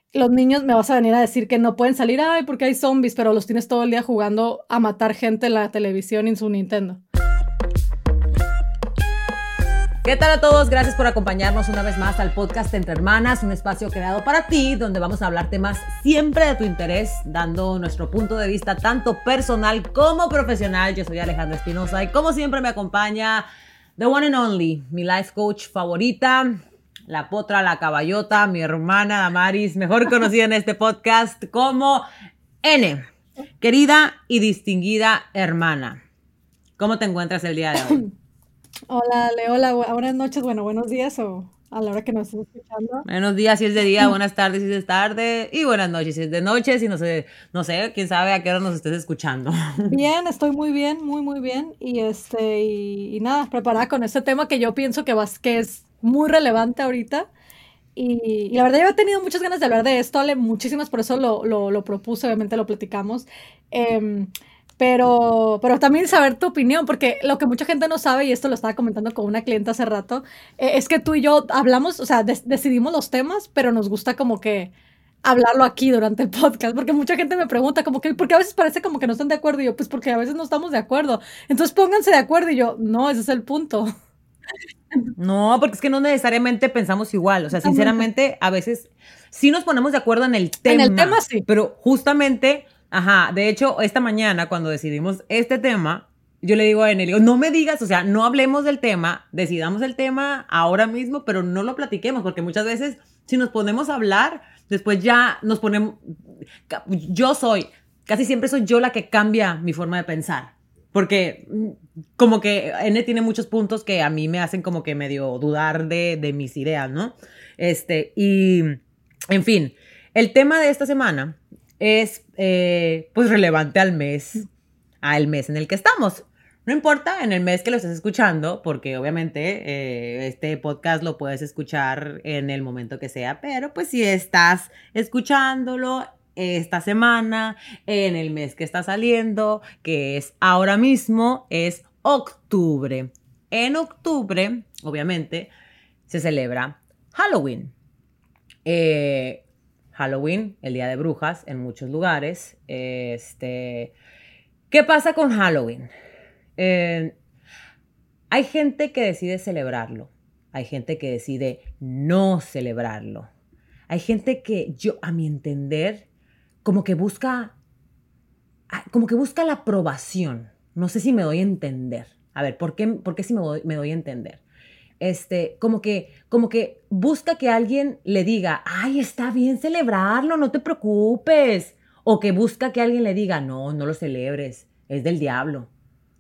los niños me vas a venir a decir que no pueden salir, ay, porque hay zombies, pero los tienes todo el día jugando a matar gente en la televisión y en su Nintendo. ¿Qué tal a todos? Gracias por acompañarnos una vez más al podcast Entre Hermanas, un espacio creado para ti, donde vamos a hablar temas siempre de tu interés, dando nuestro punto de vista tanto personal como profesional. Yo soy Alejandra Espinosa y como siempre me acompaña the one and only, mi life coach favorita, la potra, la caballota, mi hermana Damaris, mejor conocida en este podcast como N. Querida y distinguida hermana, ¿cómo te encuentras el día de hoy? Hola, Ale, hola, buenas noches, bueno, buenos días o a la hora que nos estés escuchando. Buenos días si es de día, buenas tardes si es de tarde y buenas noches si es de noche, si no sé, quién sabe a qué hora nos estés escuchando. Bien, estoy muy bien, muy bien y nada, preparada con este tema que yo pienso que es muy relevante ahorita y la verdad yo he tenido muchas ganas de hablar de esto, Ale, muchísimas, por eso lo propuse, obviamente lo platicamos. Em, pero también saber tu opinión, porque lo que mucha gente no sabe, y esto lo estaba comentando con una clienta hace rato, es que tú y yo hablamos, o sea, decidimos los temas, pero nos gusta como que hablarlo aquí durante el podcast, porque mucha gente me pregunta como que, porque a veces parece como que no están de acuerdo, y yo, pues porque a veces no estamos de acuerdo, entonces pónganse de acuerdo, y yo, no, ese es el punto. No, porque es que no necesariamente pensamos igual, o sea, Exactamente. sinceramente, a veces sí nos ponemos de acuerdo en el En el tema tema, sí. pero justamente, de hecho, esta mañana cuando decidimos este tema, yo le digo a Enel, no me digas, o sea, no hablemos del tema, decidamos el tema ahora mismo, pero no lo platiquemos, porque muchas veces si nos ponemos a hablar, después ya nos ponemos, casi siempre soy yo la que cambia mi forma de pensar. Porque como que N tiene muchos puntos que a mí me hacen como que medio dudar de mis ideas, ¿no? Y en fin, el tema de esta semana es pues relevante al mes en el que estamos. No importa en el mes que lo estés escuchando, porque obviamente este podcast lo puedes escuchar en el momento que sea, pero pues si estás escuchándolo esta semana, en el mes que está saliendo, que es ahora mismo, es octubre. En octubre, obviamente, se celebra Halloween. Halloween, el Día de Brujas, en muchos lugares. ¿Qué pasa con Halloween? Hay gente que decide celebrarlo. Hay gente que decide no celebrarlo. Hay gente que a mi entender, como que busca la aprobación. No sé si me doy a entender. A ver, ¿por qué si me doy a entender? Como que busca que alguien le diga, ay, está bien celebrarlo, no te preocupes. O que busca que alguien le diga, no, no lo celebres, es del diablo.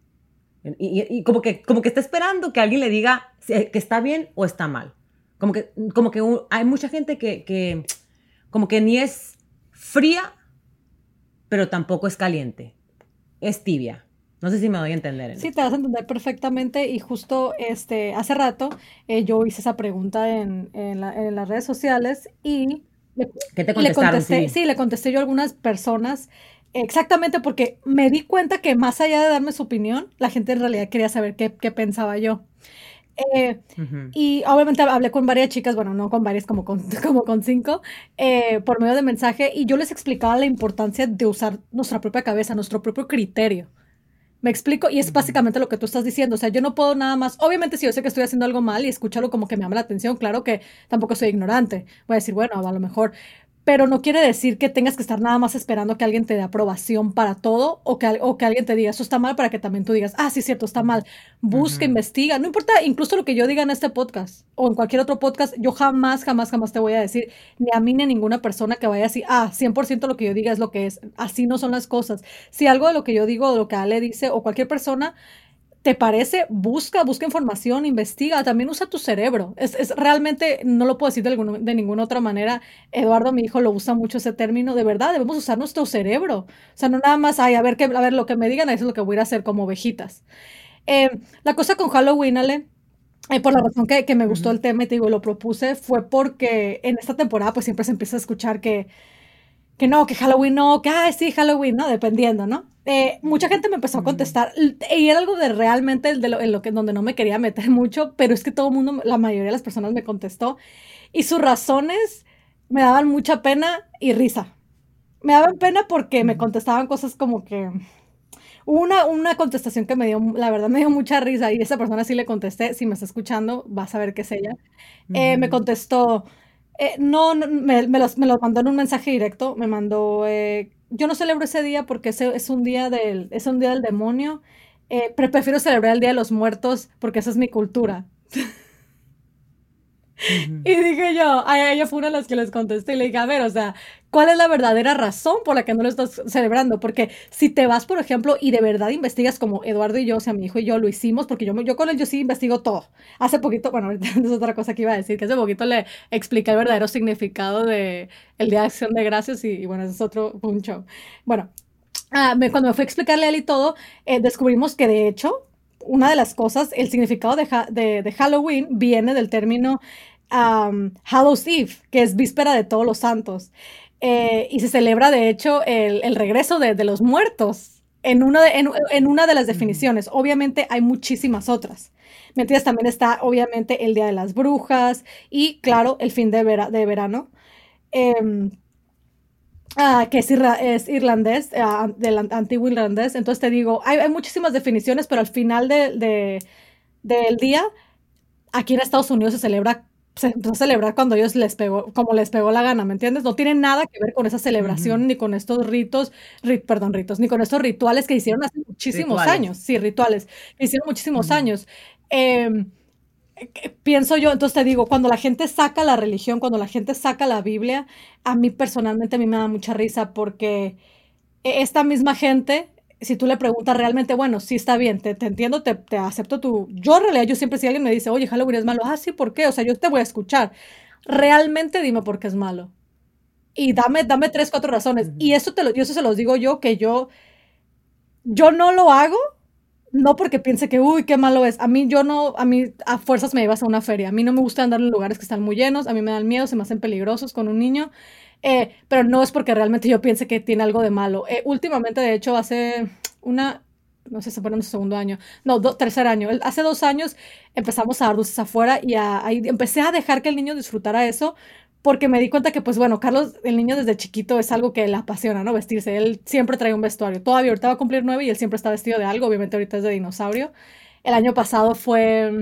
Y como que está esperando que alguien le diga que está bien o está mal. Como que hay mucha gente que como que ni es fría, pero tampoco es caliente. Es tibia. No sé si me doy a entender en Sí, esto. te vas a entender perfectamente y justo hace rato yo hice esa pregunta en las redes sociales ¿Qué te y le contestaron? contesté, Sí. sí, le contesté yo a algunas personas exactamente porque me di cuenta que más allá de darme su opinión, la gente en realidad quería saber qué pensaba yo. Eh, Ujú. y obviamente hablé con varias chicas, bueno, no con varias, como con 5, por medio de mensaje, y yo les explicaba la importancia de usar nuestra propia cabeza, nuestro propio criterio. Me explico, y es Ujú. básicamente lo que tú estás diciendo. O sea, yo no puedo nada más. Obviamente, si yo sé que estoy haciendo algo mal y escucharlo como que me llama la atención, claro que tampoco soy ignorante. Voy a decir, bueno, a lo mejor. Pero no quiere decir que tengas que estar nada más esperando que alguien te dé aprobación para todo o que alguien te diga, eso está mal, para que también tú digas, ah, sí, cierto, está mal. Busca, Ujú. investiga. No importa, incluso lo que yo diga en este podcast o en cualquier otro podcast, yo jamás, jamás, jamás te voy a decir, ni a mí ni a ninguna persona que vaya así, 100% lo que yo diga es lo que es. Así no son las cosas. Si algo de lo que yo digo o lo que Ale dice o cualquier persona te parece, busca información, investiga, también usa tu cerebro. Es realmente, no lo puedo decir de ninguna otra manera. Eduardo, mi hijo, lo usa mucho ese término. De verdad, debemos usar nuestro cerebro. O sea, no nada más, ay, a ver lo que me digan, eso es lo que voy a ir a hacer como ovejitas. La cosa con Halloween, Ale, por la razón que me gustó Ujú. el tema y te digo, lo propuse, fue porque en esta temporada pues siempre se empieza a escuchar que no, que Halloween no, que ay, sí, Halloween, ¿no? Dependiendo, ¿no? Mucha gente me empezó a Ujú. contestar y era algo de realmente en lo que donde no me quería meter mucho, pero es que todo el mundo, la mayoría de las personas me contestó y sus razones me daban mucha pena y risa. Me daban pena porque me Ujú, contestaban cosas como que una contestación que me dio, la verdad me dio mucha risa y esa persona sí le contesté, si me está escuchando, vas a ver que es ella. Me ujú, contestó, no, no, me los mandó en un mensaje directo, me mandó, yo no celebro ese día porque ese es un día del demonio, pero prefiero celebrar el Día de los Muertos porque esa es mi cultura. ujú. Y dije yo, a ella fue una de las que les contesté y le dije, a ver, o sea, ¿cuál es la verdadera razón por la que no lo estás celebrando? Porque si te vas, por ejemplo, y de verdad investigas como Eduardo y yo, o sea, mi hijo y yo lo hicimos, porque yo con él yo sí investigo todo. Hace poquito, bueno, ahorita es otra cosa que iba a decir, que hace poquito le expliqué el verdadero significado de el Día de Acción de Gracias y bueno, ese es otro fue un show. Bueno, cuando me fui a explicarle a él y todo, descubrimos que de hecho, una de las cosas, el significado de Halloween viene del término Hallows Eve, que es víspera de todos los santos. Y se celebra de hecho el regreso de los muertos en una de las Ujú, definiciones. Obviamente hay muchísimas otras. ¿Me entiendes? También está obviamente el Día de las Brujas y claro, el fin de verano. Em, que es irlandés, del antiguo irlandés. Entonces te digo, hay muchísimas definiciones, pero al final del día, aquí en Estados Unidos se empezó a celebrar cuando ellos les pegó, como les pegó la gana, ¿me entiendes? No tiene nada que ver con esa ujú. celebración, ni con estos perdón, ritos, ni con estos rituales que hicieron hace muchísimos Rituales. años. Sí, rituales, que hicieron muchísimos Ujú, años. Eh, Pienso yo, entonces te digo, cuando la gente saca la religión, cuando la gente saca la Biblia, a mí personalmente a mí me da mucha risa porque esta misma gente, si tú le preguntas realmente, bueno, sí está bien, te entiendo, te acepto tu... Yo en realidad, yo siempre si alguien me dice, oye, Halloween es malo, sí, ¿por qué? O sea, yo te voy a escuchar. Realmente dime por qué es malo. Y dame tres, cuatro razones. Y ujú. y eso se los digo yo, que yo no lo hago, no porque piense que, uy, qué malo es. A mí yo no, a mí a fuerzas me llevas a una feria. A mí no me gusta andar en lugares que están muy llenos, a mí me dan miedo, se me hacen peligrosos con un niño. Pero no es porque realmente yo piense que tiene algo de malo. Últimamente, de hecho, hace una, no sé si fue en su segundo año, no, tercer año. Hace 2 años empezamos a dar dulces afuera y ahí empecé a dejar que el niño disfrutara eso porque me di cuenta que, pues bueno, Carlos, el niño desde chiquito es algo que le apasiona, ¿no? Vestirse. Él siempre trae un vestuario. Todavía ahorita va a cumplir 9 y él siempre está vestido de algo. Obviamente ahorita es de dinosaurio. El año pasado fue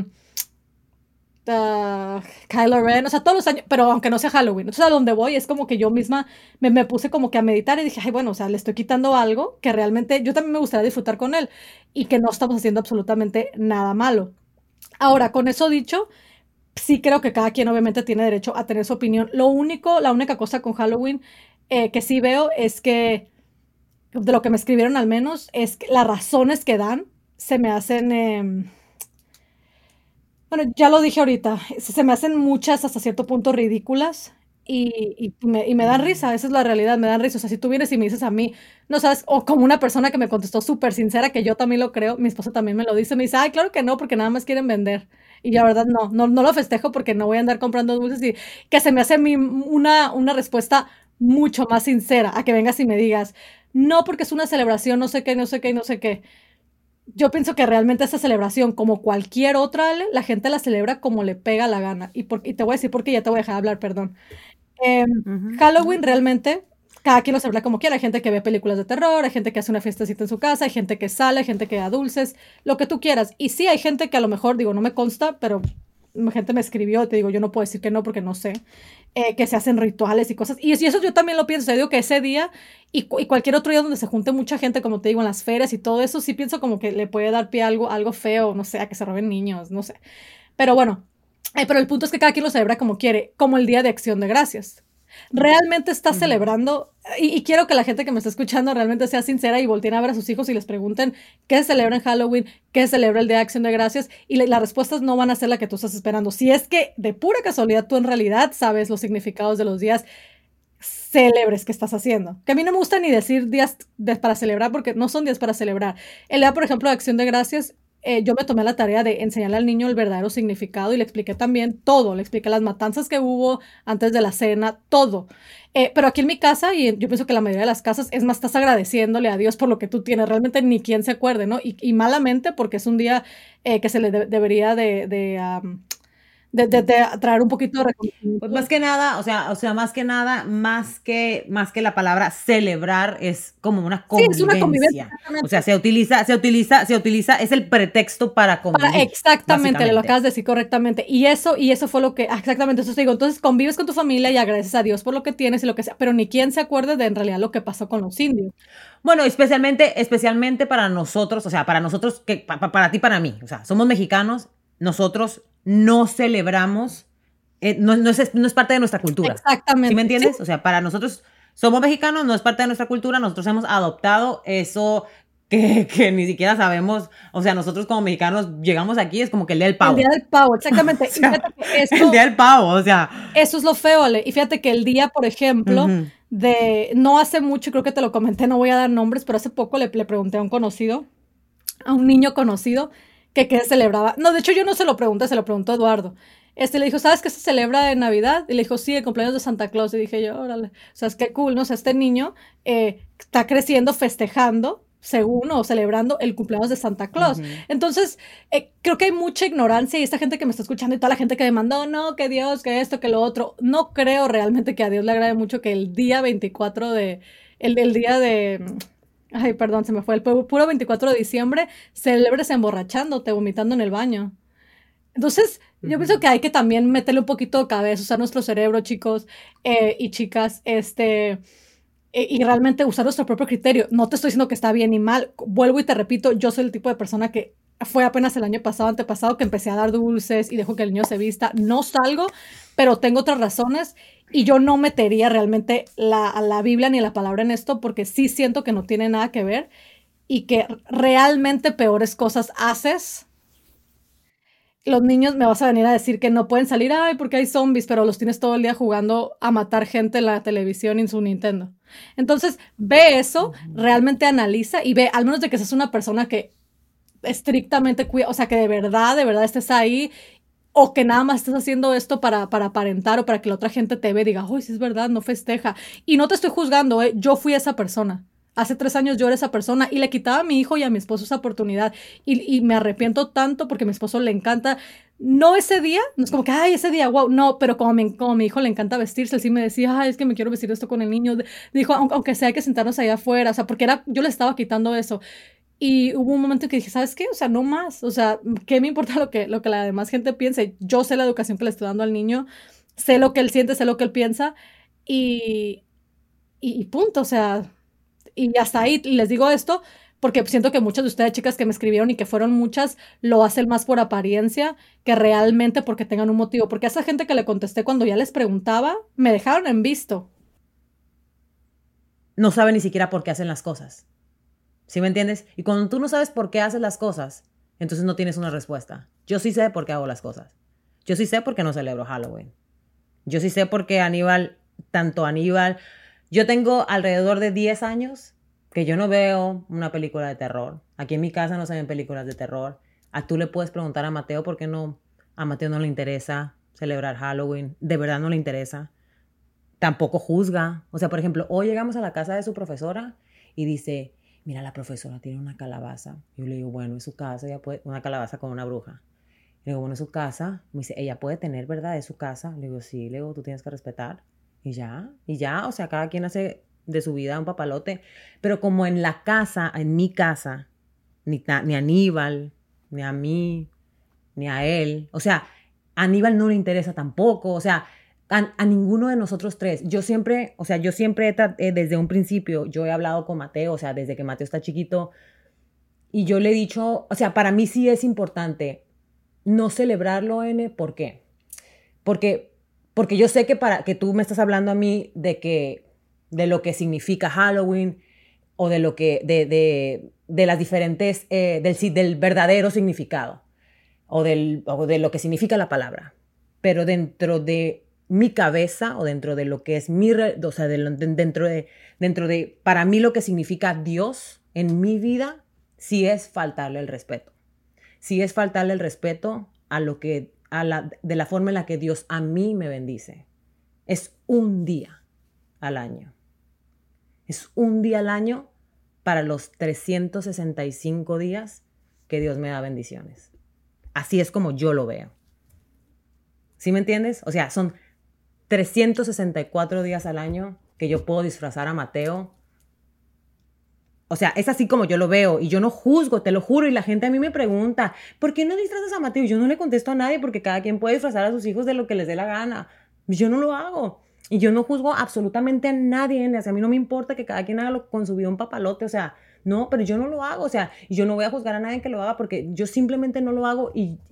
Kylo Ren, o sea, todos los años, pero aunque no sea Halloween. Entonces a donde voy es como que yo misma me puse como que a meditar y dije, ay, bueno, o sea, le estoy quitando algo que realmente yo también me gustaría disfrutar con él y que no estamos haciendo absolutamente nada malo. Ahora, con eso dicho, sí creo que cada quien obviamente tiene derecho a tener su opinión. La única cosa con Halloween que sí veo es que, de lo que me escribieron al menos, es que las razones que dan se me hacen, bueno, ya lo dije ahorita, se me hacen muchas hasta cierto punto ridículas y me dan Ujú, risa, esa es la realidad, me dan risa. O sea, si tú vienes y me dices a mí, no sabes, o como una persona que me contestó súper sincera, que yo también lo creo, mi esposa también me lo dice, me dice, ay, claro que no, porque nada más quieren vender. Y yo, la verdad, no lo festejo porque no voy a andar comprando dulces y que se me hace a mí una respuesta mucho más sincera a que vengas y me digas, no, porque es una celebración, no sé qué, no sé qué, no sé qué. Yo pienso que realmente esta celebración, como cualquier otra, Ale, la gente la celebra como le pega la gana. Y te voy a decir por qué, ya te voy a dejar hablar, perdón. ujú, ujú. Halloween realmente, cada quien lo celebra como quiera. Hay gente que ve películas de terror, hay gente que hace una fiestecita en su casa, hay gente que sale, hay gente que da dulces, lo que tú quieras. Y sí, hay gente que a lo mejor, digo, no me consta, pero gente me escribió, te digo, yo no puedo decir que no porque no sé, que se hacen rituales y cosas. Y eso yo también lo pienso. Yo digo que ese día y cualquier otro día donde se junte mucha gente, como te digo, en las ferias y todo eso, sí pienso como que le puede dar pie a algo feo, no sé, a que se roben niños, no sé. Pero bueno, pero el punto es que cada quien lo celebra como quiere, como el Día de Acción de Gracias. Realmente está Ujú. celebrando, y quiero que la gente que me está escuchando realmente sea sincera y volteen a ver a sus hijos y les pregunten qué se celebra en Halloween, qué se celebra el Día de Acción de Gracias, y las respuestas no van a ser la que tú estás esperando. Si es que de pura casualidad tú en realidad sabes los significados de los días célebres que estás haciendo. Que a mí no me gusta ni decir días para celebrar porque no son días para celebrar. El día, por ejemplo, de Acción de Gracias, yo me tomé la tarea de enseñarle al niño el verdadero significado y le expliqué también todo. Le expliqué las matanzas que hubo antes de la cena, todo. Pero aquí en mi casa, y yo pienso que la mayoría de las casas, es más, estás agradeciéndole a Dios por lo que tú tienes. Realmente ni quien se acuerde, ¿no? Y malamente porque es un día que se le debería de traer un poquito de Pues reconocimiento. más que nada, más que nada, más que la palabra celebrar es como una Sí, es una convivencia, convivencia. O sea, exactamente. es el pretexto para convivir, Exactamente, lo básicamente. acabas de decir correctamente. Y eso fue lo que exactamente, eso te digo. Entonces, convives con tu familia y agradeces a Dios por lo que tienes y lo que sea, pero ni quién se acuerde de en realidad lo que pasó con los indios. Bueno, especialmente para nosotros, o sea, para nosotros, para ti, para mí, o sea, somos mexicanos, nosotros no celebramos, no es parte de nuestra cultura. ¿Sí me Exactamente, sí, entiendes? O sea, para nosotros somos mexicanos, no es parte de nuestra cultura, nosotros hemos adoptado eso que ni siquiera sabemos, o sea, nosotros como mexicanos llegamos aquí, es como que el día del el día pavo. del pavo, O exactamente. Y sea, fíjate que el día del pavo, o sea. eso es lo feo, Ale. Y fíjate que el día, por ejemplo, Ujú. de no hace mucho, creo que te lo comenté, no voy a dar nombres, pero hace poco le pregunté a un conocido, a un niño conocido, que qué celebraba. No, de hecho yo no se lo pregunté, se lo preguntó Eduardo. Le dijo, ¿sabes qué se celebra en Navidad? Y le dijo, sí, el cumpleaños de Santa Claus. Y dije yo, órale, o sea, es que cool, ¿no? O sea, este niño está creciendo festejando, según, o celebrando el cumpleaños de Santa Claus. Ujú. Entonces, creo que hay mucha ignorancia y esta gente que me está escuchando y toda la gente que me mandó, no, que Dios, que esto, que lo otro. No creo realmente que a Dios le agrade mucho que el día 24 de, el día de, ay, perdón, se me fue. El puro 24 de diciembre celebres emborrachándote, vomitando en el baño. Entonces, yo pienso Ujú. que hay que también meterle un poquito de cabeza, usar nuestro cerebro, chicos y chicas, y realmente usar nuestro propio criterio. No te estoy diciendo que está bien ni mal. Vuelvo y te repito, yo soy el tipo de persona que fue apenas el año pasado, antepasado, que empecé a dar dulces y dejo que el niño se vista. No salgo, pero tengo otras razones y yo no metería realmente a la Biblia ni la palabra en esto porque sí siento que no tiene nada que ver y que realmente peores cosas haces. Los niños me vas a venir a decir que no pueden salir, ay, porque hay zombies, pero los tienes todo el día jugando a matar gente en la televisión y en su Nintendo. Entonces, ve eso, Ujú. realmente analiza y ve, al menos de que seas una persona que estrictamente cuida, o sea, que de verdad estés ahí, o que nada más estés haciendo esto para aparentar o para que la otra gente te ve y diga, uy, sí es verdad, no festeja. Y no te estoy juzgando, ¿eh? Yo fui esa persona. Hace 3 años yo era esa persona y le quitaba a mi hijo y a mi esposo esa oportunidad. Y me arrepiento tanto porque a mi esposo le encanta. No ese día, no es como que, ay, ese día, wow, no, pero como mi hijo le encanta vestirse, él sí me decía, ay, es que me quiero vestir esto con el niño. Dijo, aunque sea hay que sentarnos allá afuera, o sea, porque yo le estaba quitando eso. Y hubo un momento en que dije, ¿sabes qué? O sea, no más. O sea, ¿qué me importa lo que la demás gente piense? Yo sé la educación que le estoy dando al niño, sé lo que él siente, sé lo que él piensa y, y punto. O sea, y hasta ahí les digo esto porque siento que muchas de ustedes, chicas que me escribieron y que fueron muchas, lo hacen más por apariencia que realmente porque tengan un motivo. Porque a esa gente que le contesté cuando ya les preguntaba, me dejaron en visto. No sabe ni siquiera por qué hacen las cosas. ¿Sí me entiendes? Y cuando tú no sabes por qué haces las cosas, entonces no tienes una respuesta. Yo sí sé por qué hago las cosas. Yo sí sé por qué no celebro Halloween. Yo sí sé por qué Aníbal, yo tengo alrededor de 10 años que yo no veo una película de terror. Aquí en mi casa no se ven películas de terror. A tú le puedes preguntar a Mateo por qué no, a Mateo no le interesa celebrar Halloween. De verdad no le interesa. Tampoco juzga. O sea, por ejemplo, hoy llegamos a la casa de su profesora y dice, mira, la profesora tiene una calabaza. Yo le digo, bueno, es su casa, ella puede, una calabaza con una bruja. Le digo, bueno, es su casa. Me dice, ella puede tener, ¿verdad? Es su casa. Le digo, sí, le digo, tú tienes que respetar. Y ya, o sea, cada quien hace de su vida un papalote. Pero como en la casa, en mi casa, ni a Aníbal, ni a mí, ni a él. O sea, a Aníbal no le interesa tampoco. O sea, a ninguno de nosotros tres. Yo siempre, o sea, desde un principio, yo he hablado con Mateo, o sea, desde que Mateo está chiquito, y yo le he dicho, o sea, para mí sí es importante no celebrarlo, N, ¿por qué? Porque, porque yo sé que tú me estás hablando a mí de lo que significa Halloween o de lo que, de las diferentes, del verdadero significado o de lo que significa la palabra. Pero dentro de mi cabeza o dentro de lo que es o sea, para mí lo que significa Dios en mi vida, sí es faltarle el respeto. Sí es faltarle el respeto de la forma en la que Dios a mí me bendice. Es un día al año. Es un día al año para los 365 días que Dios me da bendiciones. Así es como yo lo veo. ¿Sí me entiendes? O sea, son 364 días al año que yo puedo disfrazar a Mateo. O sea, es así como yo lo veo y yo no juzgo, te lo juro. Y la gente a mí me pregunta, ¿por qué no disfrazas a Mateo? Y yo no le contesto a nadie porque cada quien puede disfrazar a sus hijos de lo que les dé la gana. Yo no lo hago. Y yo no juzgo absolutamente a nadie. O sea, a mí no me importa que cada quien haga con su vida un papalote. O sea, no, pero yo no lo hago. O sea, yo no voy a juzgar a nadie que lo haga porque yo simplemente no lo hago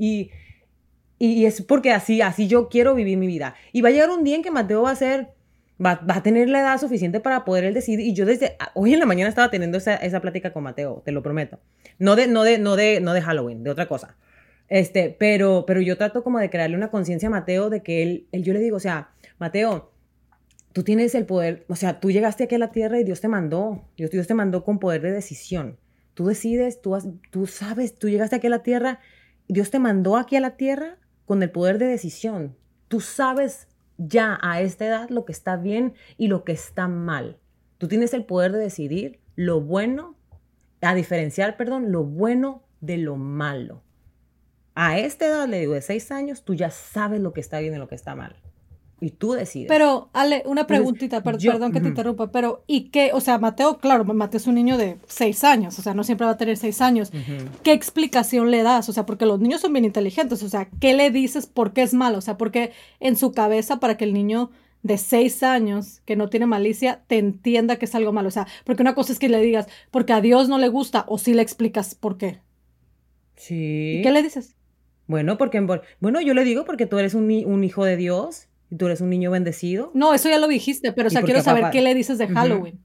y es porque así yo quiero vivir mi vida. Y va a llegar un día en que Mateo va a tener la edad suficiente para poder él decidir. Y yo desde hoy en la mañana estaba teniendo esa plática con Mateo, te lo prometo. No de Halloween, de otra cosa. Pero yo trato como de crearle una conciencia a Mateo de que yo le digo, o sea, Mateo, tú tienes el poder, o sea, tú llegaste aquí a la tierra y Dios te mandó con poder de decisión. Tú decides, tú sabes, tú llegaste aquí a la tierra, Dios te mandó aquí a la tierra con el poder de decisión. Tú sabes ya a esta edad lo que está bien y lo que está mal. Tú tienes el poder de decidir lo bueno, diferenciar, lo bueno de lo malo. A esta edad, le digo, de 6 años, tú ya sabes lo que está bien y lo que está mal. Y tú decides. Pero, Ale, una preguntita, perdón que te interrumpa, pero ¿y qué? O sea, Mateo, claro, Mateo es un niño de 6 años, o sea, no siempre va a tener 6 años. ¿Qué explicación le das? O sea, porque los niños son bien inteligentes, o sea, ¿qué le dices por qué es malo? O sea, porque en su cabeza, para que el niño de 6 años, que no tiene malicia, te entienda que es algo malo. O sea, porque una cosa es que le digas, porque a Dios no le gusta, o sí le explicas por qué. Sí. ¿Y qué le dices? Bueno, yo le digo porque tú eres un hijo de Dios. ¿Y tú eres un niño bendecido? No, eso ya lo dijiste, pero o sea, quiero saber qué le dices de Halloween.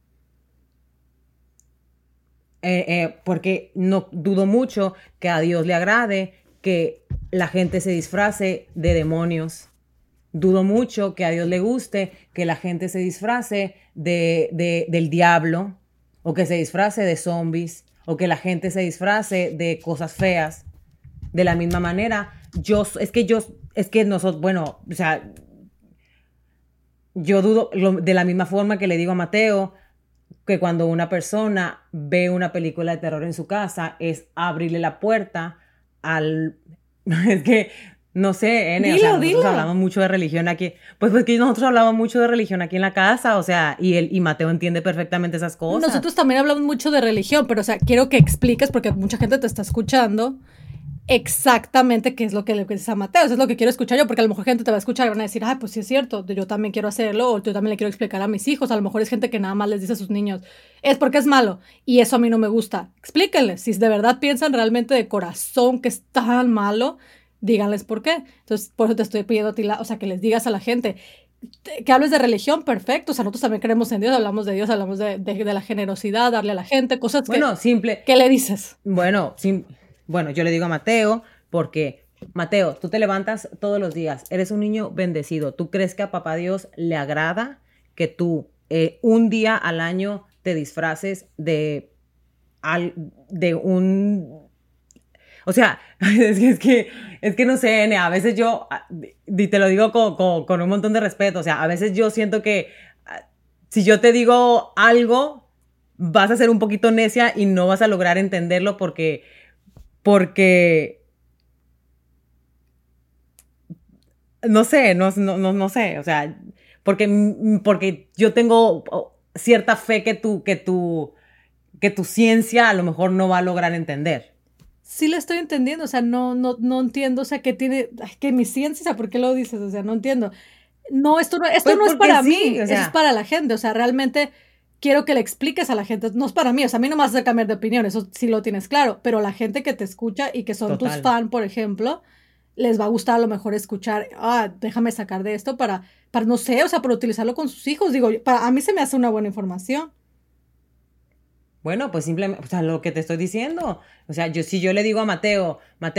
Porque no dudo mucho que a Dios le agrade que la gente se disfrace de demonios. Dudo mucho que a Dios le guste que la gente se disfrace del diablo, o que se disfrace de zombies, o que la gente se disfrace de cosas feas. De la misma manera, nosotros, bueno, o sea, yo dudo de la misma forma que le digo a Mateo que cuando una persona ve una película de terror en su casa es abrirle la puerta al... Es que, no sé, nosotros hablamos mucho de religión aquí. Pues que nosotros hablamos mucho de religión aquí en la casa, o sea, y Mateo entiende perfectamente esas cosas. Nosotros también hablamos mucho de religión, pero o sea, quiero que expliques, porque mucha gente te está escuchando, exactamente qué es lo que le dices a Mateo. Eso es lo que quiero escuchar yo, porque a lo mejor gente te va a escuchar y van a decir, ay, pues sí es cierto, yo también quiero hacerlo, o yo también le quiero explicar a mis hijos. A lo mejor es gente que nada más les dice a sus niños, es porque es malo, y eso a mí no me gusta. Explíquenles, si de verdad piensan realmente de corazón que es tan malo, díganles por qué. Entonces, por eso te estoy pidiendo a ti, o sea, que les digas a la gente, que hables de religión, perfecto. O sea, nosotros también creemos en Dios, hablamos de Dios, hablamos de la generosidad, darle a la gente, cosas simple. ¿Qué le dices? Bueno, yo le digo a Mateo, porque, Mateo, tú te levantas todos los días, eres un niño bendecido. ¿Tú crees que a papá Dios le agrada que tú un día al año te disfraces de un... O sea, es que no sé, a veces yo, y te lo digo con un montón de respeto, o sea, a veces yo siento que si yo te digo algo, vas a ser un poquito necia y no vas a lograr entenderlo porque no sé, no sé, o sea, porque yo tengo cierta fe que tu ciencia a lo mejor no va a lograr entender. Sí le estoy entendiendo, o sea, no entiendo, o sea, que tiene, que mi ciencia, o sea, ¿por qué lo dices? O sea, no entiendo. No, esto no es para mí, o sea, eso es para la gente, o sea, realmente quiero que le expliques a la gente, no es para mí, o sea, a mí no me vas a hacer cambiar de opinión, eso sí lo tienes claro, pero la gente que te escucha y que son tus fans, por ejemplo, les va a gustar a lo mejor escuchar, déjame sacar de esto para no sé, o sea, para utilizarlo con sus hijos, digo, a mí se me hace una buena información. Bueno, pues simplemente, o sea, lo que te estoy diciendo, o sea, si yo le digo a Mateo,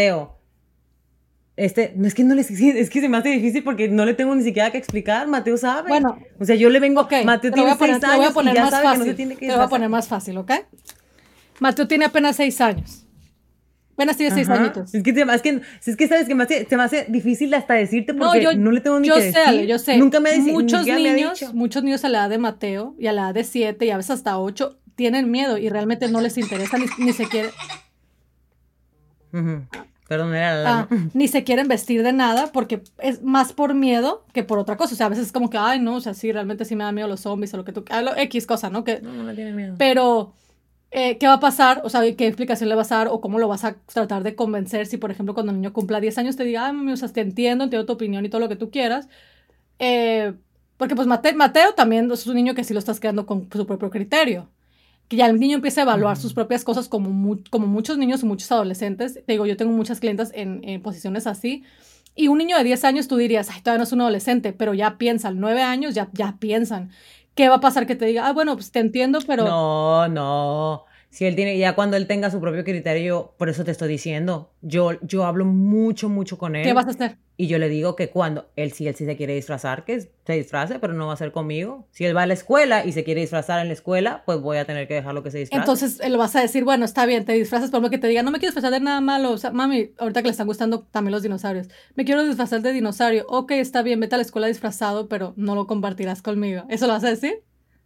no es que es que se me hace difícil porque no le tengo ni siquiera que explicar, Mateo sabe. Bueno, o sea, yo le vengo, Mateo tiene 6 años y ya sabe que no se tiene que disfrazar. Te voy a poner más fácil, ¿ok? Mateo tiene apenas 6 años. Apenas tiene 6 añitos. Es que sabes que se me hace difícil hasta decirte porque no le tengo ni que decir. Yo sé. Nunca me ha dicho. Muchos niños a la edad de Mateo y a la edad de 7 y a veces hasta 8 tienen miedo y realmente no les interesa ni se quiere. Perdón, era la alarma. Ni se quieren vestir de nada porque es más por miedo que por otra cosa. O sea, a veces es como que, ay, no, o sea, sí, realmente sí me da miedo los zombies o lo que tú... X cosa, ¿no? No me tiene miedo. Pero, ¿qué va a pasar? O sea, ¿qué explicación le vas a dar o cómo lo vas a tratar de convencer si, por ejemplo, cuando el niño cumpla 10 años te diga, ay, mami, o sea, te entiendo tu opinión y todo lo que tú quieras? Porque pues Mateo también es un niño que sí lo estás creando con su propio criterio. Que ya el niño empieza a evaluar sus propias cosas como muchos niños y muchos adolescentes. Te digo, yo tengo muchas clientas en posiciones así. Y un niño de 10 años tú dirías, ay, todavía no es un adolescente, pero ya piensan, 9 años ya piensan. ¿Qué va a pasar que te diga, ah, bueno, pues te entiendo, pero... No. Si él tiene, ya cuando él tenga su propio criterio, por eso te estoy diciendo, yo hablo mucho con él. ¿Qué vas a hacer? Y yo le digo que cuando si él sí se quiere disfrazar, que se disfrace, pero no va a ser conmigo. Si él va a la escuela y se quiere disfrazar en la escuela, pues voy a tener que dejarlo que se disfrace. Entonces le vas a decir, bueno, está bien, te disfrazas, por lo que te diga, no me quiero disfrazar de nada malo. O sea, mami, ahorita que le están gustando también los dinosaurios, me quiero disfrazar de dinosaurio. Ok, está bien, vete a la escuela disfrazado, pero no lo compartirás conmigo. ¿Eso lo vas a decir?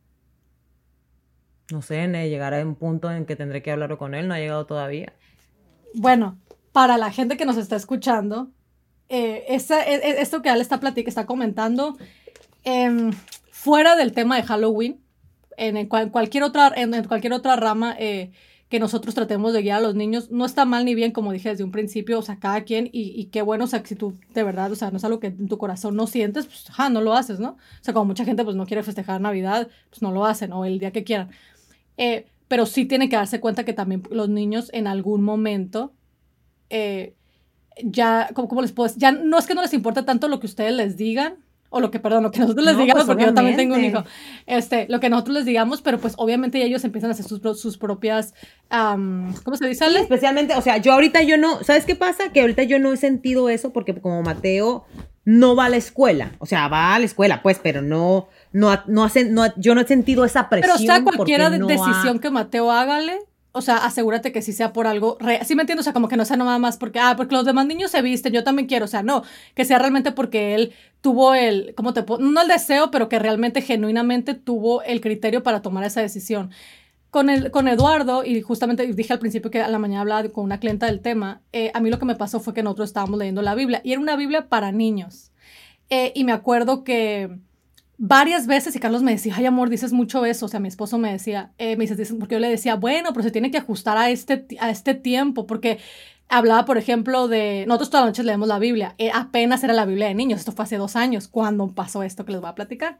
No sé, llegará a un punto en que tendré que hablarlo con él, no ha llegado todavía. Bueno, para la gente que nos está escuchando, esto que Ale está comentando, fuera del tema de Halloween, en cualquier otra rama que nosotros tratemos de guiar a los niños, no está mal ni bien, como dije desde un principio, o sea, cada quien, y qué bueno, o sea, si tú de verdad, o sea, no es algo que en tu corazón no sientes, pues, no lo haces, ¿no? O sea, como mucha gente, pues, no quiere festejar Navidad, pues, no lo hacen, o el día que quieran. Pero sí tienen que darse cuenta que también los niños en algún momento ya, ¿cómo les puedo decir? Ya no es que no les importa tanto lo que ustedes les digan, o lo que nosotros les digamos, pues porque obviamente. Yo también tengo un hijo, lo que nosotros les digamos, pero pues obviamente ellos empiezan a hacer sus propias, ¿cómo se dice? Sí, especialmente, o sea, yo ahorita no, ¿sabes qué pasa? Que ahorita yo no he sentido eso porque como Mateo no va a la escuela, o sea, va a la escuela, pues, pero yo no he sentido esa presión. Pero sea cualquiera decisión que Mateo hágale, o sea, asegúrate que sí sea por algo real. ¿Sí me entiendes? O sea, como que no sea nada más porque los demás niños se visten, yo también quiero. O sea, no, que sea realmente porque él tuvo no el deseo, pero que realmente, genuinamente tuvo el criterio para tomar esa decisión. Con Eduardo, y justamente dije al principio que a la mañana hablaba con una clienta del tema, a mí lo que me pasó fue que nosotros estábamos leyendo la Biblia, y era una Biblia para niños. Y me acuerdo que varias veces, y Carlos me decía, ay amor, dices mucho eso, o sea, mi esposo me decía, porque yo le decía, bueno, pero se tiene que ajustar a este tiempo, porque hablaba, por ejemplo, nosotros todas las noches leemos la Biblia, apenas era la Biblia de niños, esto fue hace 2 años, cuando pasó esto que les voy a platicar.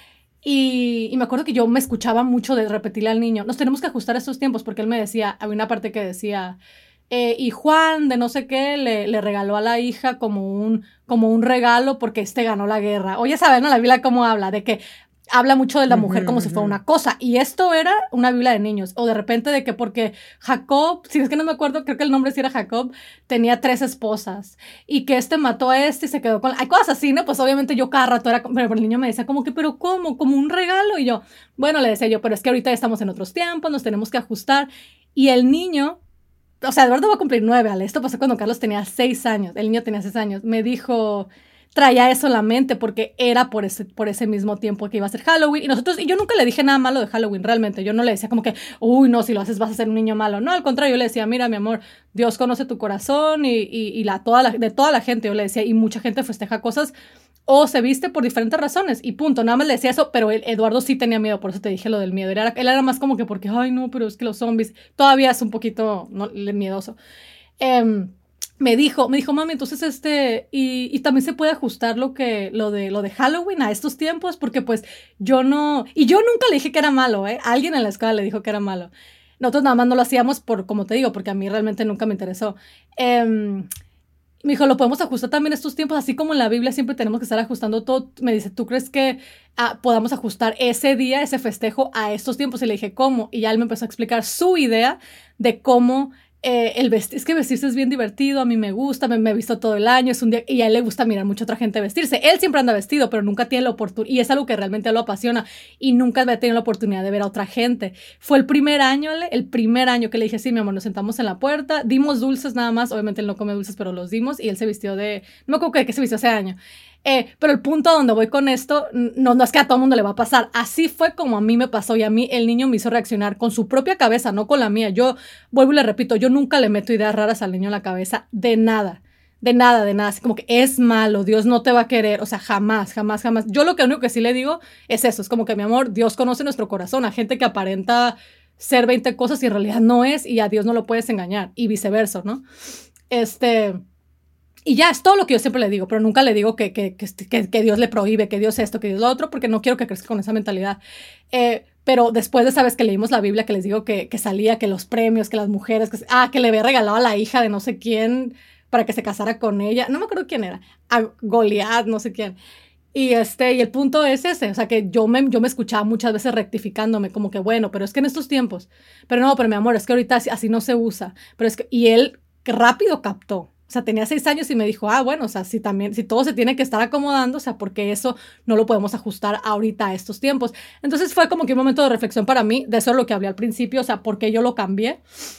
Y me acuerdo que yo me escuchaba mucho de repetirle al niño, nos tenemos que ajustar a estos tiempos, porque él me decía, había una parte que decía, y Juan de no sé qué le regaló a la hija como un regalo porque ganó la guerra. O ya saben, ¿no? La Biblia cómo habla, de que habla mucho de la mujer como si fuera una cosa. Y esto era una Biblia de niños. O de repente de que porque Jacob, si es que no me acuerdo, creo que el nombre sí era Jacob, tenía 3 esposas. Y que mató a y se quedó con... Hay cosas así, ¿no? Pues obviamente yo cada rato pero el niño me decía como que, ¿pero cómo? ¿Como un regalo? Y yo, bueno, le decía yo, pero es que ahorita estamos en otros tiempos, nos tenemos que ajustar. Y el niño... O sea, Eduardo va a cumplir 9, Ale. Esto pasó cuando Carlos tenía 6 años. El niño tenía 6 años. Me dijo, traía eso en la mente porque era por ese mismo tiempo que iba a ser Halloween. Y yo nunca le dije nada malo de Halloween, realmente. Yo no le decía como que, uy, no, si lo haces vas a ser un niño malo. No, al contrario, yo le decía, mira, mi amor, Dios conoce tu corazón y de toda la gente, yo le decía, y mucha gente festeja cosas o se viste por diferentes razones y punto, nada más le decía eso, pero Eduardo sí tenía miedo, por eso te dije lo del miedo, él era más como que porque, ay no, pero es que los zombies, todavía es un poquito miedoso. Me dijo, mami, entonces y también se puede ajustar lo de Halloween a estos tiempos, porque pues yo nunca le dije que era malo, alguien en la escuela le dijo que era malo. Nosotros nada más no lo hacíamos como te digo, porque a mí realmente nunca me interesó. Me dijo, lo podemos ajustar también estos tiempos, así como en la Biblia siempre tenemos que estar ajustando todo. Me dice, ¿tú crees que podamos ajustar ese día, ese festejo a estos tiempos? Y le dije, ¿cómo? Y ya él me empezó a explicar su idea de cómo es que vestirse es bien divertido, a mí me gusta, me he visto todo el año, es un día, y a él le gusta mirar mucho a otra gente vestirse. Él siempre anda vestido, pero nunca tiene la oportunidad, y es algo que realmente lo apasiona, y nunca había tenido la oportunidad de ver a otra gente. Fue el primer año que le dije, sí, mi amor, nos sentamos en la puerta, dimos dulces nada más, obviamente él no come dulces, pero los dimos, y él se vistió no me acuerdo de qué se vistió ese año. Pero el punto a donde voy con esto, no es que a todo mundo le va a pasar. Así fue como a mí me pasó y a mí el niño me hizo reaccionar con su propia cabeza, no con la mía. Yo vuelvo y le repito, yo nunca le meto ideas raras al niño en la cabeza, de nada. De nada, de nada. Así como que es malo, Dios no te va a querer. O sea, jamás, jamás, jamás. Yo lo único que sí le digo es eso. Es como que, mi amor, Dios conoce nuestro corazón. A gente que aparenta ser 20 cosas y en realidad no es, y a Dios no lo puedes engañar. Y viceversa, ¿no? Y ya, es todo lo que yo siempre le digo, pero nunca le digo que Dios le prohíbe, que Dios esto, que Dios lo otro, porque no quiero que crezca con esa mentalidad. Pero después de esa vez que leímos la Biblia, que les digo que salía, que los premios, que las mujeres, que le había regalado a la hija de no sé quién para que se casara con ella, no me acuerdo quién era, a Goliat, no sé quién. Y el punto es ese, o sea, que yo me escuchaba muchas veces rectificándome, como que bueno, pero es que en estos tiempos, pero no, pero mi amor, es que ahorita así no se usa, pero es que, y él rápido captó, o sea, tenía 6 años y me dijo, bueno, o sea, si todo se tiene que estar acomodando, o sea, porque eso no lo podemos ajustar ahorita a estos tiempos. Entonces fue como que un momento de reflexión para mí, de eso es lo que hablé al principio, o sea, por qué yo lo cambié,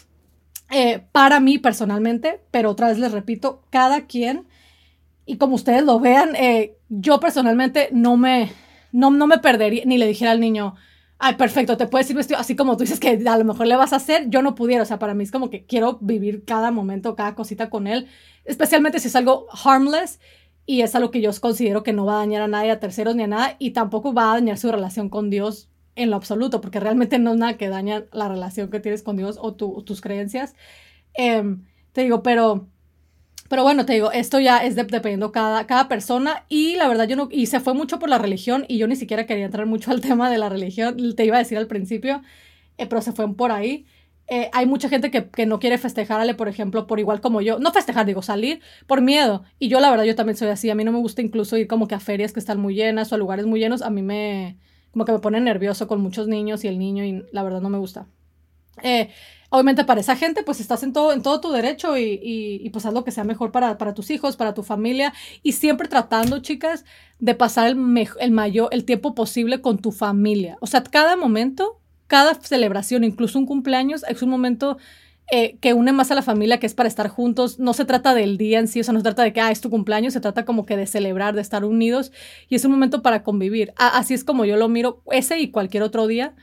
para mí personalmente, pero otra vez les repito, cada quien, y como ustedes lo vean, yo personalmente no me perdería, ni le dijera al niño, ay, perfecto, te puedes ir vestido, así como tú dices que a lo mejor le vas a hacer, yo no pudiera, o sea, para mí es como que quiero vivir cada momento, cada cosita con él, especialmente si es algo harmless, y es algo que yo considero que no va a dañar a nadie, a terceros ni a nada, y tampoco va a dañar su relación con Dios en lo absoluto, porque realmente no es nada que daña la relación que tienes con Dios o tus creencias. Te digo, pero bueno, te digo, esto ya es dependiendo cada persona, y la verdad y se fue mucho por la religión, y yo ni siquiera quería entrar mucho al tema de la religión, te iba a decir al principio, pero se fue por ahí. Hay mucha gente que no quiere festejarle, por ejemplo, por igual como yo, no festejar, digo, salir por miedo, y yo la verdad, yo también soy así, a mí no me gusta incluso ir como que a ferias que están muy llenas o a lugares muy llenos, a mí como que me pone nervioso con muchos niños y el niño, y la verdad no me gusta. Obviamente para esa gente pues estás en todo tu derecho, y pues haz lo que sea mejor para tus hijos, para tu familia, y siempre tratando, chicas, de pasar el tiempo posible con tu familia. O sea, cada momento, cada celebración, incluso un cumpleaños, es un momento que une más a la familia, que es para estar juntos. No se trata del día en sí, o sea, no se trata de que es tu cumpleaños, se trata como que de celebrar, de estar unidos, y es un momento para convivir. Así es como yo lo miro, ese y cualquier otro día.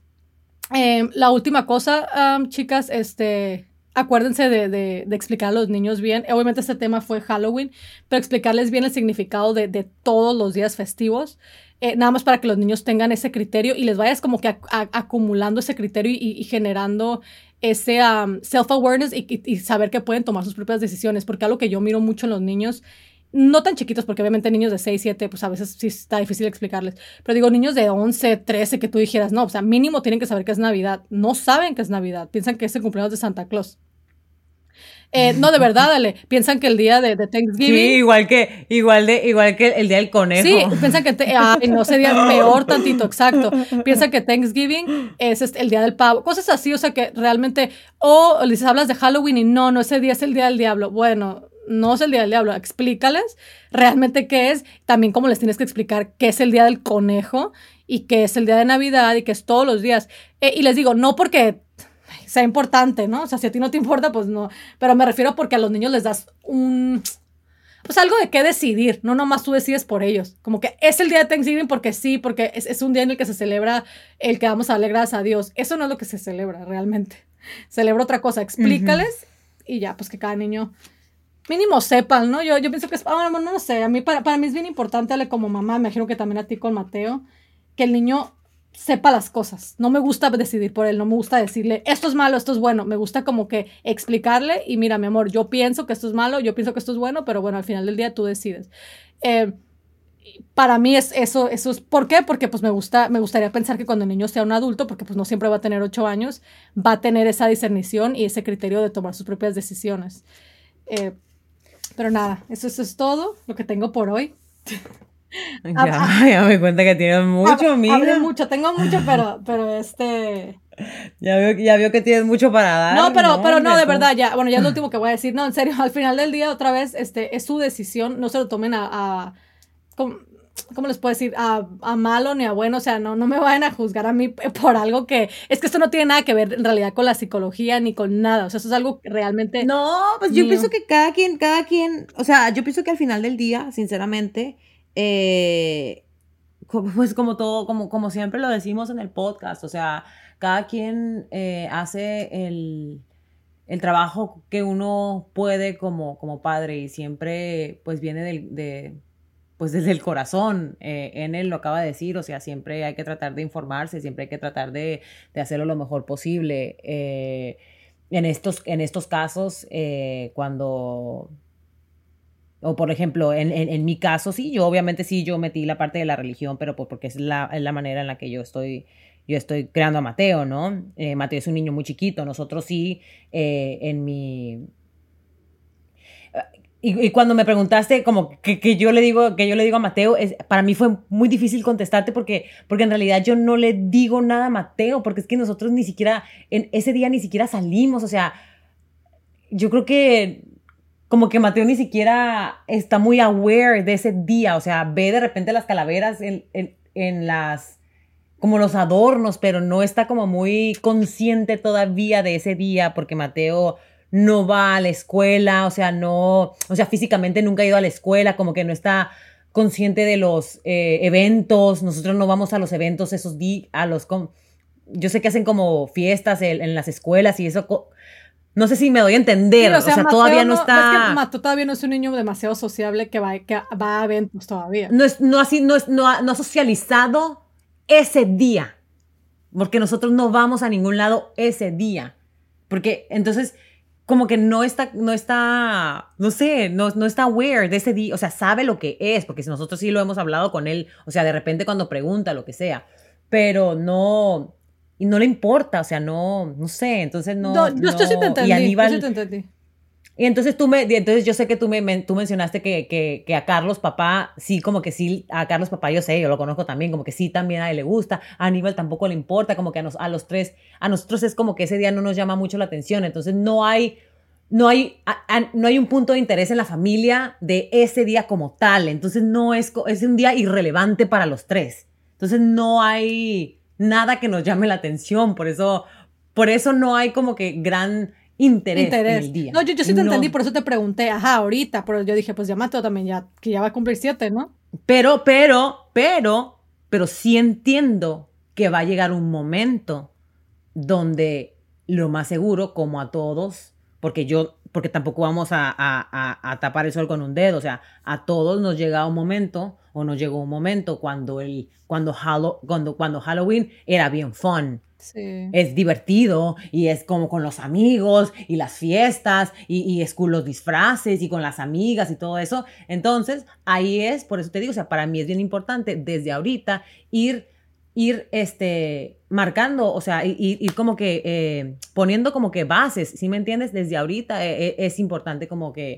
La última cosa, chicas, acuérdense de explicar a los niños bien. Obviamente este tema fue Halloween, pero explicarles bien el significado de todos los días festivos, nada más para que los niños tengan ese criterio y les vayas como que acumulando ese criterio y generando ese self-awareness, y saber que pueden tomar sus propias decisiones, porque algo que yo miro mucho en los niños, no tan chiquitos, porque obviamente niños de 6, 7, pues a veces sí está difícil explicarles, pero digo, niños de 11, 13, que tú dijeras, no, o sea, mínimo tienen que saber que es Navidad. No saben que es Navidad, piensan que es el cumpleaños de Santa Claus. No, de verdad, dale, piensan que el día de Thanksgiving... Sí, igual que el día del conejo. Sí, piensan que, no sería peor tantito, exacto. Piensan que Thanksgiving es el día del pavo, cosas así, o sea, que realmente, les hablas de Halloween y no, ese día es el día del diablo. Bueno, no es el día del diablo, explícales realmente qué es, también cómo les tienes que explicar qué es el día del conejo y qué es el día de Navidad y qué es todos los días. Y les digo, no porque sea importante, ¿no? O sea, si a ti no te importa, pues no, pero me refiero porque a los niños les das pues algo de qué decidir, no nomás tú decides por ellos, como que es el día de Thanksgiving porque sí, porque es un día en el que se celebra el que vamos a darle gracias a Dios. Eso no es lo que se celebra realmente, celebra otra cosa, explícales y ya, pues que cada niño mínimo sepan, ¿no? Yo pienso que no sé, a mí para mí es bien importante, Ale, como mamá, me imagino que también a ti con Mateo, que el niño sepa las cosas. No me gusta decidir por él, no me gusta decirle esto es malo, esto es bueno. Me gusta como que explicarle y mira, mi amor, yo pienso que esto es malo, yo pienso que esto es bueno, pero bueno, al final del día tú decides. Para mí eso es, ¿por qué? Porque pues me gustaría pensar que cuando el niño sea un adulto, porque pues no siempre va a tener 8 años, va a tener esa discernición y ese criterio de tomar sus propias decisiones. Pero nada, eso es todo lo que tengo por hoy. Ya me cuenta que tienes mucho, amiga. Hablé mucho, tengo mucho, pero Ya veo que tienes mucho para dar. No, pero no, de verdad, ya, bueno, ya es lo último que voy a decir. No, en serio, al final del día, otra vez, es su decisión, no se lo tomen ¿cómo les puedo decir? A malo ni a bueno, o sea, no me vayan a juzgar a mí por algo que, es que esto no tiene nada que ver en realidad con la psicología ni con nada, o sea, eso es algo que realmente... No, pues yo pienso que cada quien, o sea, yo pienso que al final del día, sinceramente, pues como todo, como siempre lo decimos en el podcast, o sea, cada quien hace el trabajo que uno puede como padre y siempre pues viene pues desde el corazón. En él lo acaba de decir, o sea, siempre hay que tratar de informarse, siempre hay que tratar de hacerlo lo mejor posible. En estos casos, cuando, o por ejemplo, en mi caso, sí, yo obviamente sí, yo metí la parte de la religión, pero pues porque es la manera en la que yo estoy creando a Mateo, ¿no? Mateo es un niño muy chiquito, nosotros sí, en mi... Y cuando me preguntaste como que yo le digo a Mateo, para mí fue muy difícil contestarte porque en realidad yo no le digo nada a Mateo, porque es que nosotros ni siquiera, en ese día ni siquiera salimos, o sea, yo creo que como que Mateo ni siquiera está muy aware de ese día, o sea, ve de repente las calaveras en las, como los adornos, pero no está como muy consciente todavía de ese día porque Mateo no va a la escuela, o sea, no, o sea, físicamente nunca ha ido a la escuela, como que no está consciente de los eventos, nosotros no vamos a los eventos esos días, yo sé que hacen como fiestas en las escuelas y eso, no sé si me doy a entender, Sí, o sea, todavía no es está... que Mateo todavía no es un niño demasiado sociable que va a eventos todavía. No ha socializado ese día, porque nosotros no vamos a ningún lado ese día, porque entonces como que no está, no sé, no está aware de ese día, o sea, sabe lo que es, porque si nosotros sí lo hemos hablado con él, o sea, de repente cuando pregunta lo que sea, pero no, y no le importa, o sea, no sé, entonces No, yo sí te y entendí, yo sí te entendí. y entonces yo sé que tú mencionaste que a Carlos papá, sí, como que sí, a Carlos papá yo sé, yo lo conozco también, como que sí también a él le gusta, a Aníbal tampoco le importa, como que a los tres, a nosotros es como que ese día no nos llama mucho la atención, entonces no hay un punto de interés en la familia de ese día como tal, entonces es un día irrelevante para los tres, entonces no hay nada que nos llame la atención, por eso no hay como que gran interés en el día. No, yo sí te entendí, por eso te pregunté, ajá, ahorita, pero yo dije, pues ya Mateo también, que ya va a cumplir 7, ¿no? Pero sí entiendo que va a llegar un momento donde lo más seguro, como a todos, porque tampoco vamos a tapar el sol con un dedo, o sea, a todos nos llega un momento, o nos llegó un momento cuando Halloween era bien fun. Sí. Es divertido y es como con los amigos y las fiestas y es con los disfraces y con las amigas y todo eso. Entonces, ahí es, por eso te digo, o sea, para mí es bien importante desde ahorita ir marcando, o sea, ir como que poniendo como que bases, ¿sí me entiendes? Desde ahorita es importante como que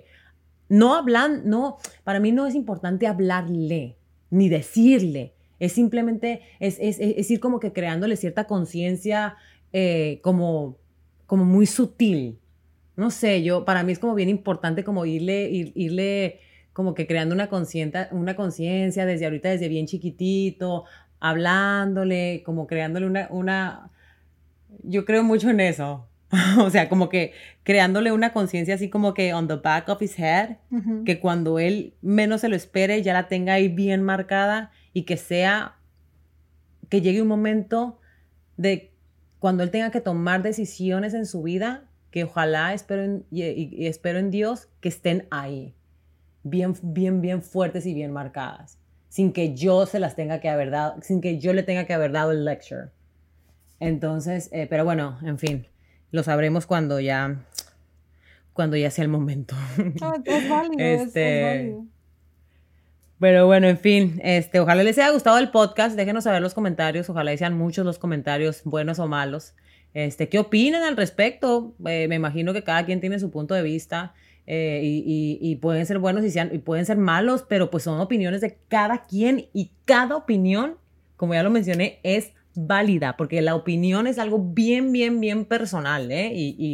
para mí no es importante hablarle ni decirle. Es simplemente, es ir como que creándole cierta conciencia como muy sutil. No sé, para mí es como bien importante como irle como que creando una conciencia desde ahorita, desde bien chiquitito, hablándole, como creándole yo creo mucho en eso. O sea, como que creándole una conciencia así como que on the back of his head, que cuando él menos se lo espere ya la tenga ahí bien marcada y que llegue un momento de cuando él tenga que tomar decisiones en su vida, que ojalá y espero en Dios que estén ahí, bien, bien, bien fuertes y bien marcadas, sin que yo se las tenga que haber dado, sin que yo le tenga que haber dado el lecture. Entonces, pero bueno, en fin, lo sabremos cuando ya sea el momento. Es válido, es válido. Pero bueno, en fin, ojalá les haya gustado el podcast, déjenos saber los comentarios, ojalá sean muchos los comentarios, buenos o malos. ¿Qué opinan al respecto? Me imagino que cada quien tiene su punto de vista y pueden ser buenos y pueden ser malos, pero pues son opiniones de cada quien y cada opinión, como ya lo mencioné, es válida, porque la opinión es algo bien, bien, bien personal, ¿eh?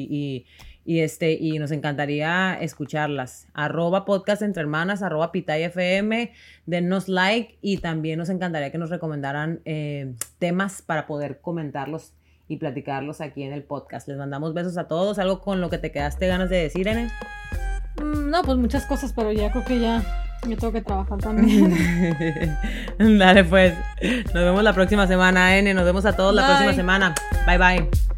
Y nos encantaría escucharlas. @podcast entre hermanas, @pitayfm, dennos like y también nos encantaría que nos recomendaran temas para poder comentarlos y platicarlos aquí en el podcast. Les mandamos besos a todos. ¿Algo con lo que te quedaste ganas de decir, Ene? No, pues muchas cosas, pero ya creo que ya Yo tengo que trabajar también. Dale pues. Nos vemos la próxima semana, N. Nos vemos a todos la Bye. próxima semana. Bye bye.